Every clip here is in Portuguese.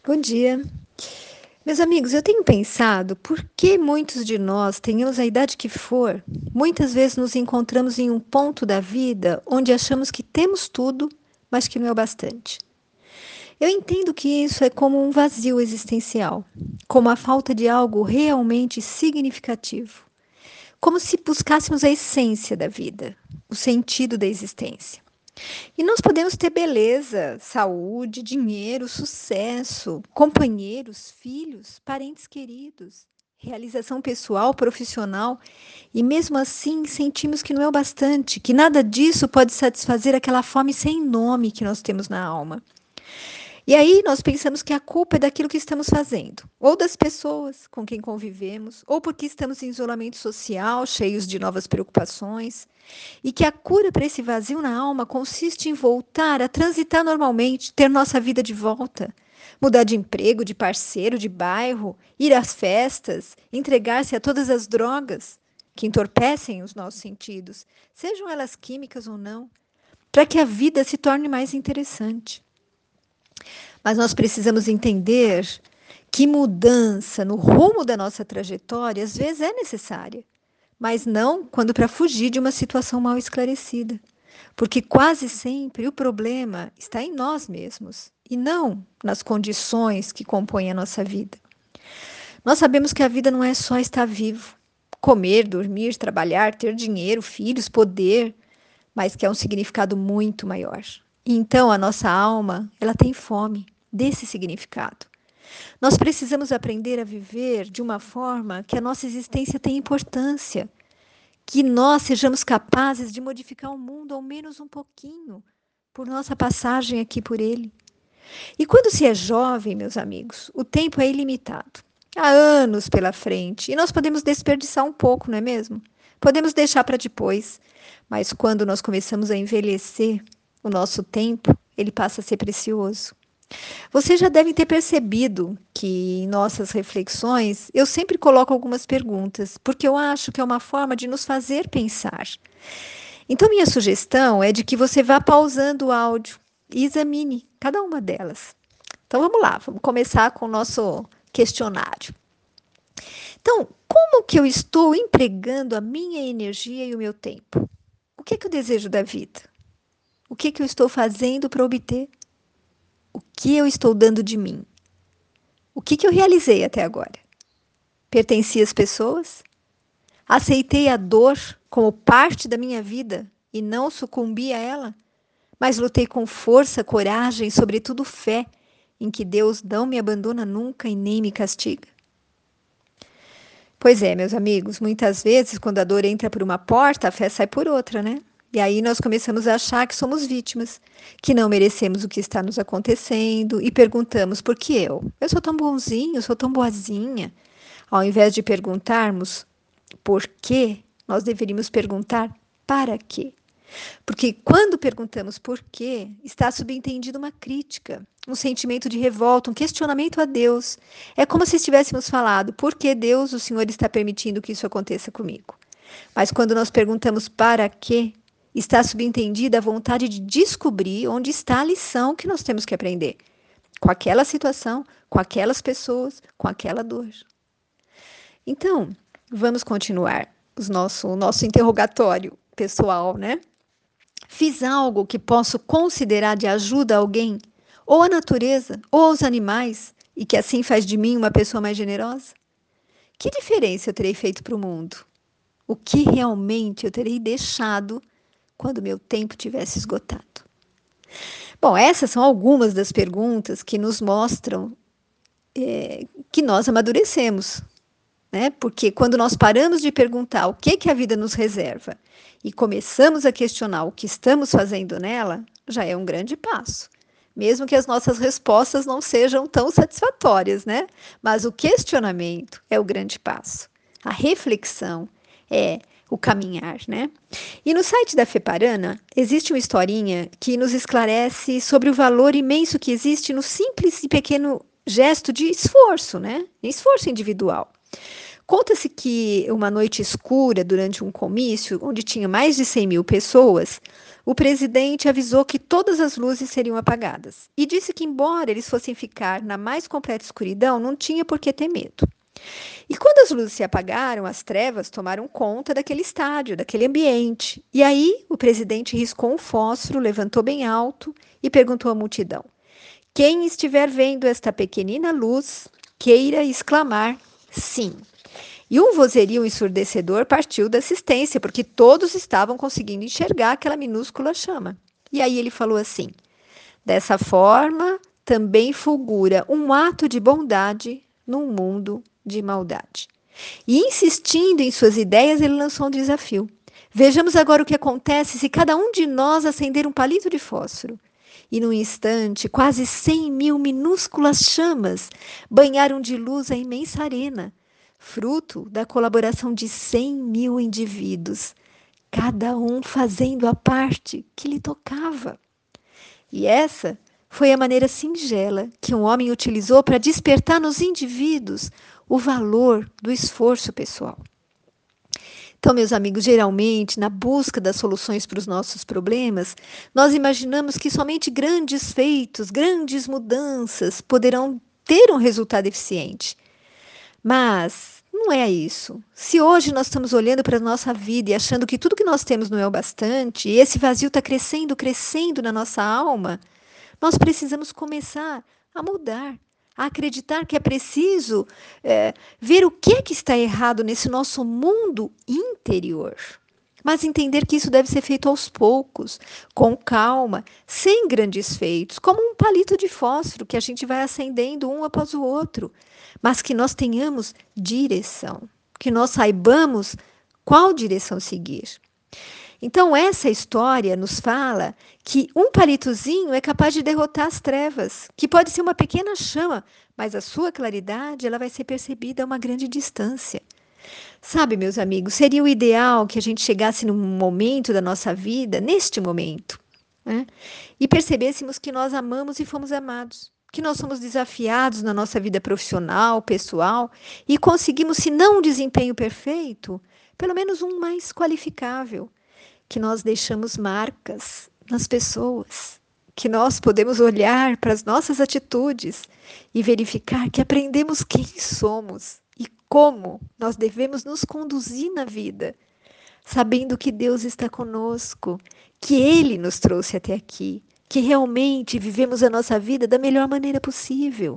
Bom dia. Meus amigos, eu tenho pensado por que muitos de nós, tenhamos a idade que for, muitas vezes nos encontramos em um ponto da vida onde achamos que temos tudo, mas que não é o bastante. Eu entendo que isso é como um vazio existencial, como a falta de algo realmente significativo, como se buscássemos a essência da vida, o sentido da existência. E nós podemos ter beleza, saúde, dinheiro, sucesso, companheiros, filhos, parentes queridos, realização pessoal, profissional, e mesmo assim sentimos que não é o bastante, que nada disso pode satisfazer aquela fome sem nome que nós temos na alma. E aí nós pensamos que a culpa é daquilo que estamos fazendo, ou das pessoas com quem convivemos, ou porque estamos em isolamento social, cheios de novas preocupações, e que a cura para esse vazio na alma consiste em voltar a transitar normalmente, ter nossa vida de volta, mudar de emprego, de parceiro, de bairro, ir às festas, entregar-se a todas as drogas que entorpecem os nossos sentidos, sejam elas químicas ou não, para que a vida se torne mais interessante. Mas nós precisamos entender que mudança no rumo da nossa trajetória às vezes é necessária, mas não quando para fugir de uma situação mal esclarecida. Porque quase sempre o problema está em nós mesmos e não nas condições que compõem a nossa vida. Nós sabemos que a vida não é só estar vivo, comer, dormir, trabalhar, ter dinheiro, filhos, poder, mas que é um significado muito maior. E então a nossa alma, ela tem fome desse significado. Nós precisamos aprender a viver de uma forma que a nossa existência tenha importância, que nós sejamos capazes de modificar o mundo ao menos um pouquinho por nossa passagem aqui por ele. E quando se é jovem, meus amigos, o tempo é ilimitado. Há anos pela frente e nós podemos desperdiçar um pouco, não é mesmo? Podemos deixar para depois, mas quando nós começamos a envelhecer, o nosso tempo, ele passa a ser precioso. Vocês já devem ter percebido que em nossas reflexões eu sempre coloco algumas perguntas, porque eu acho que é uma forma de nos fazer pensar. Então, minha sugestão é de que você vá pausando o áudio e examine cada uma delas. Então, vamos lá, vamos começar com o nosso questionário. Então, como que eu estou empregando a minha energia e o meu tempo? O que é que eu desejo da vida? O que é que eu estou fazendo para obter? O que eu estou dando de mim? O que eu realizei até agora? Pertenci às pessoas? Aceitei a dor como parte da minha vida e não sucumbi a ela? Mas lutei com força, coragem, sobretudo fé, em que Deus não me abandona nunca e nem me castiga? Pois é, meus amigos, muitas vezes, quando a dor entra por uma porta, a fé sai por outra, né? E aí nós começamos a achar que somos vítimas, que não merecemos o que está nos acontecendo e perguntamos: por que eu? Eu sou tão bonzinho, eu sou tão boazinha. Ao invés de perguntarmos por quê, nós deveríamos perguntar para quê. Porque quando perguntamos por quê, está subentendido uma crítica, um sentimento de revolta, um questionamento a Deus. É como se estivéssemos falado: por que Deus, o Senhor, está permitindo que isso aconteça comigo? Mas quando nós perguntamos para quê, está subentendida a vontade de descobrir onde está a lição que nós temos que aprender. Com aquela situação, com aquelas pessoas, com aquela dor. Então, vamos continuar o nosso interrogatório pessoal, né? Fiz algo que posso considerar de ajuda a alguém, ou à natureza, ou aos animais, e que assim faz de mim uma pessoa mais generosa? Que diferença eu terei feito para o mundo? O que realmente eu terei deixado quando meu tempo tivesse esgotado? Bom, essas são algumas das perguntas que nos mostram que nós amadurecemos, né? Porque quando nós paramos de perguntar o que a vida nos reserva e começamos a questionar o que estamos fazendo nela, já é um grande passo. Mesmo que as nossas respostas não sejam tão satisfatórias, né? Mas o questionamento é o grande passo. A reflexão é o caminhar, né? E no site da Feparana existe uma historinha que nos esclarece sobre o valor imenso que existe no simples e pequeno gesto de esforço, né? Esforço individual. Conta-se que uma noite escura, durante um comício, onde tinha mais de 100 mil pessoas, o presidente avisou que todas as luzes seriam apagadas e disse que, embora eles fossem ficar na mais completa escuridão, não tinha por que ter medo. E quando as luzes se apagaram, as trevas tomaram conta daquele estádio, daquele ambiente. E aí o presidente riscou um fósforo, levantou bem alto e perguntou à multidão: quem estiver vendo esta pequenina luz, queira exclamar sim. E um vozerio ensurdecedor partiu da assistência, porque todos estavam conseguindo enxergar aquela minúscula chama. E aí ele falou assim: dessa forma, também fulgura um ato de bondade num mundo de maldade. E insistindo em suas ideias, ele lançou um desafio. Vejamos agora o que acontece se cada um de nós acender um palito de fósforo. E num instante, quase 100.000 minúsculas chamas banharam de luz a imensa arena, fruto da colaboração de 100.000 indivíduos, cada um fazendo a parte que lhe tocava. E essa foi a maneira singela que um homem utilizou para despertar nos indivíduos o valor do esforço pessoal. Então, meus amigos, geralmente, na busca das soluções para os nossos problemas, nós imaginamos que somente grandes feitos, grandes mudanças poderão ter um resultado eficiente. Mas não é isso. Se hoje nós estamos olhando para a nossa vida e achando que tudo que nós temos não é o bastante, e esse vazio está crescendo, crescendo na nossa alma, nós precisamos começar a mudar, a acreditar que é preciso ver o que é que está errado nesse nosso mundo interior. Mas entender que isso deve ser feito aos poucos, com calma, sem grandes feitos, como um palito de fósforo que a gente vai acendendo um após o outro, mas que nós tenhamos direção, que nós saibamos qual direção seguir. Então, essa história nos fala que um palitozinho é capaz de derrotar as trevas, que pode ser uma pequena chama, mas a sua claridade ela vai ser percebida a uma grande distância. Sabe, meus amigos, seria o ideal que a gente chegasse num momento da nossa vida, neste momento, né? E percebêssemos que nós amamos e fomos amados, que nós somos desafiados na nossa vida profissional, pessoal, e conseguimos, se não um desempenho perfeito, pelo menos um mais qualificável, que nós deixamos marcas nas pessoas, que nós podemos olhar para as nossas atitudes e verificar que aprendemos quem somos e como nós devemos nos conduzir na vida, sabendo que Deus está conosco, que Ele nos trouxe até aqui, que realmente vivemos a nossa vida da melhor maneira possível.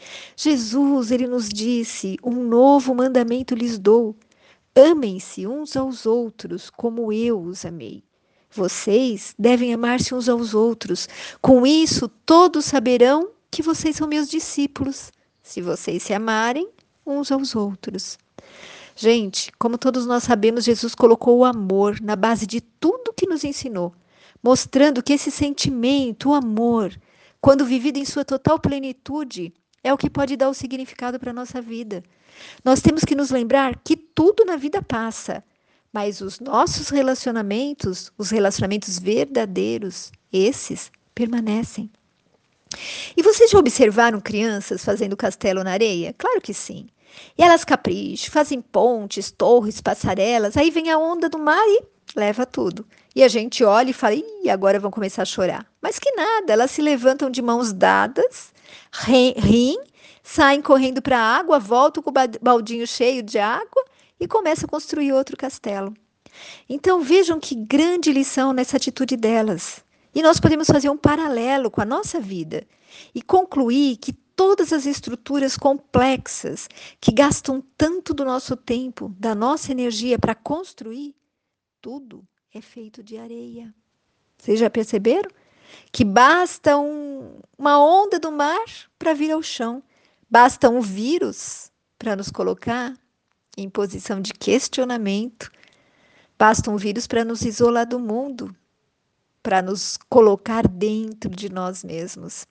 Jesus, Ele nos disse: um novo mandamento lhes dou. Amem-se uns aos outros como eu os amei. Vocês devem amar-se uns aos outros. Com isso, todos saberão que vocês são meus discípulos, se vocês se amarem uns aos outros. Gente, como todos nós sabemos, Jesus colocou o amor na base de tudo que nos ensinou, mostrando que esse sentimento, o amor, quando vivido em sua total plenitude, é o que pode dar o significado para a nossa vida. Nós temos que nos lembrar que tudo na vida passa, mas os nossos relacionamentos, os relacionamentos verdadeiros, esses permanecem. E vocês já observaram crianças fazendo castelo na areia? Claro que sim. E elas capricham, fazem pontes, torres, passarelas, aí vem a onda do mar e leva tudo. E a gente olha e fala: ih, agora vão começar a chorar. Mas que nada, elas se levantam de mãos dadas, riem, saem correndo para a água, voltam com o baldinho cheio de água e começam a construir outro castelo. Então vejam que grande lição nessa atitude delas. E nós podemos fazer um paralelo com a nossa vida e concluir que todas as estruturas complexas que gastam tanto do nosso tempo, da nossa energia para construir, tudo é feito de areia. Vocês já perceberam? Que basta uma onda do mar para vir ao chão. Basta um vírus para nos colocar em posição de questionamento. Basta um vírus para nos isolar do mundo, para nos colocar dentro de nós mesmos.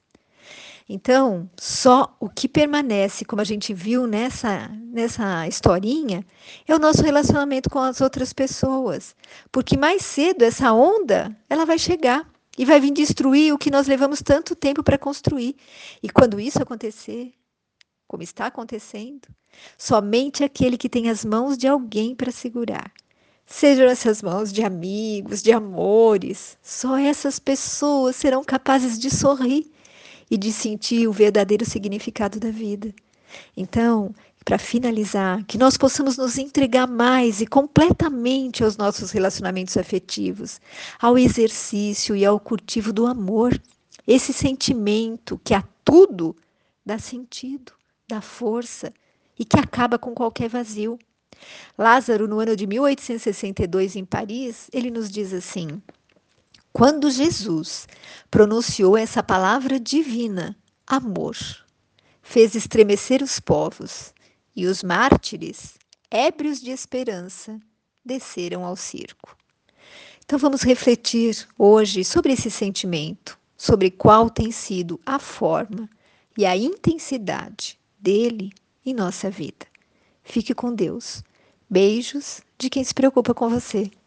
Então, só o que permanece, como a gente viu nessa historinha, é o nosso relacionamento com as outras pessoas. Porque mais cedo essa onda, ela vai chegar e vai vir destruir o que nós levamos tanto tempo para construir. E quando isso acontecer, como está acontecendo, somente aquele que tem as mãos de alguém para segurar Sejam essas mãos de amigos, de amores, só essas pessoas serão capazes de sorrir e de sentir o verdadeiro significado da vida. Então, para finalizar, que nós possamos nos entregar mais e completamente aos nossos relacionamentos afetivos, ao exercício e ao cultivo do amor, esse sentimento que a tudo dá sentido, dá força e que acaba com qualquer vazio. Lázaro, no ano de 1862, em Paris, ele nos diz assim: quando Jesus pronunciou essa palavra divina, amor, fez estremecer os povos, e os mártires, ébrios de esperança, desceram ao circo. Então vamos refletir hoje sobre esse sentimento, sobre qual tem sido a forma e a intensidade dele em nossa vida. Fique com Deus. Beijos de quem se preocupa com você.